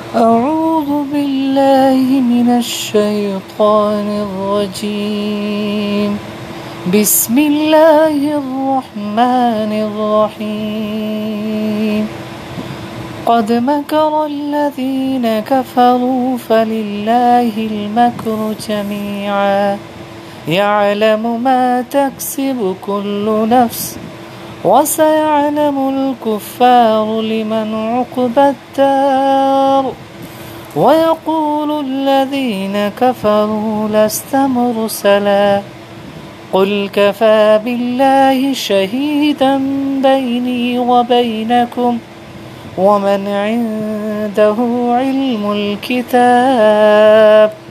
أعوذ بالله من الشيطان الرجيم. بسم الله الرحمن الرحيم. قد مكر الذين كفروا فلله المكر جميعا يعلم ما تكسب كل نفس وسيعلم الكفار لمن عقبى الدار ويقول الذين كفروا لست مرسلا قل كفى بالله شهيدا بيني وبينكم ومن عنده علم الكتاب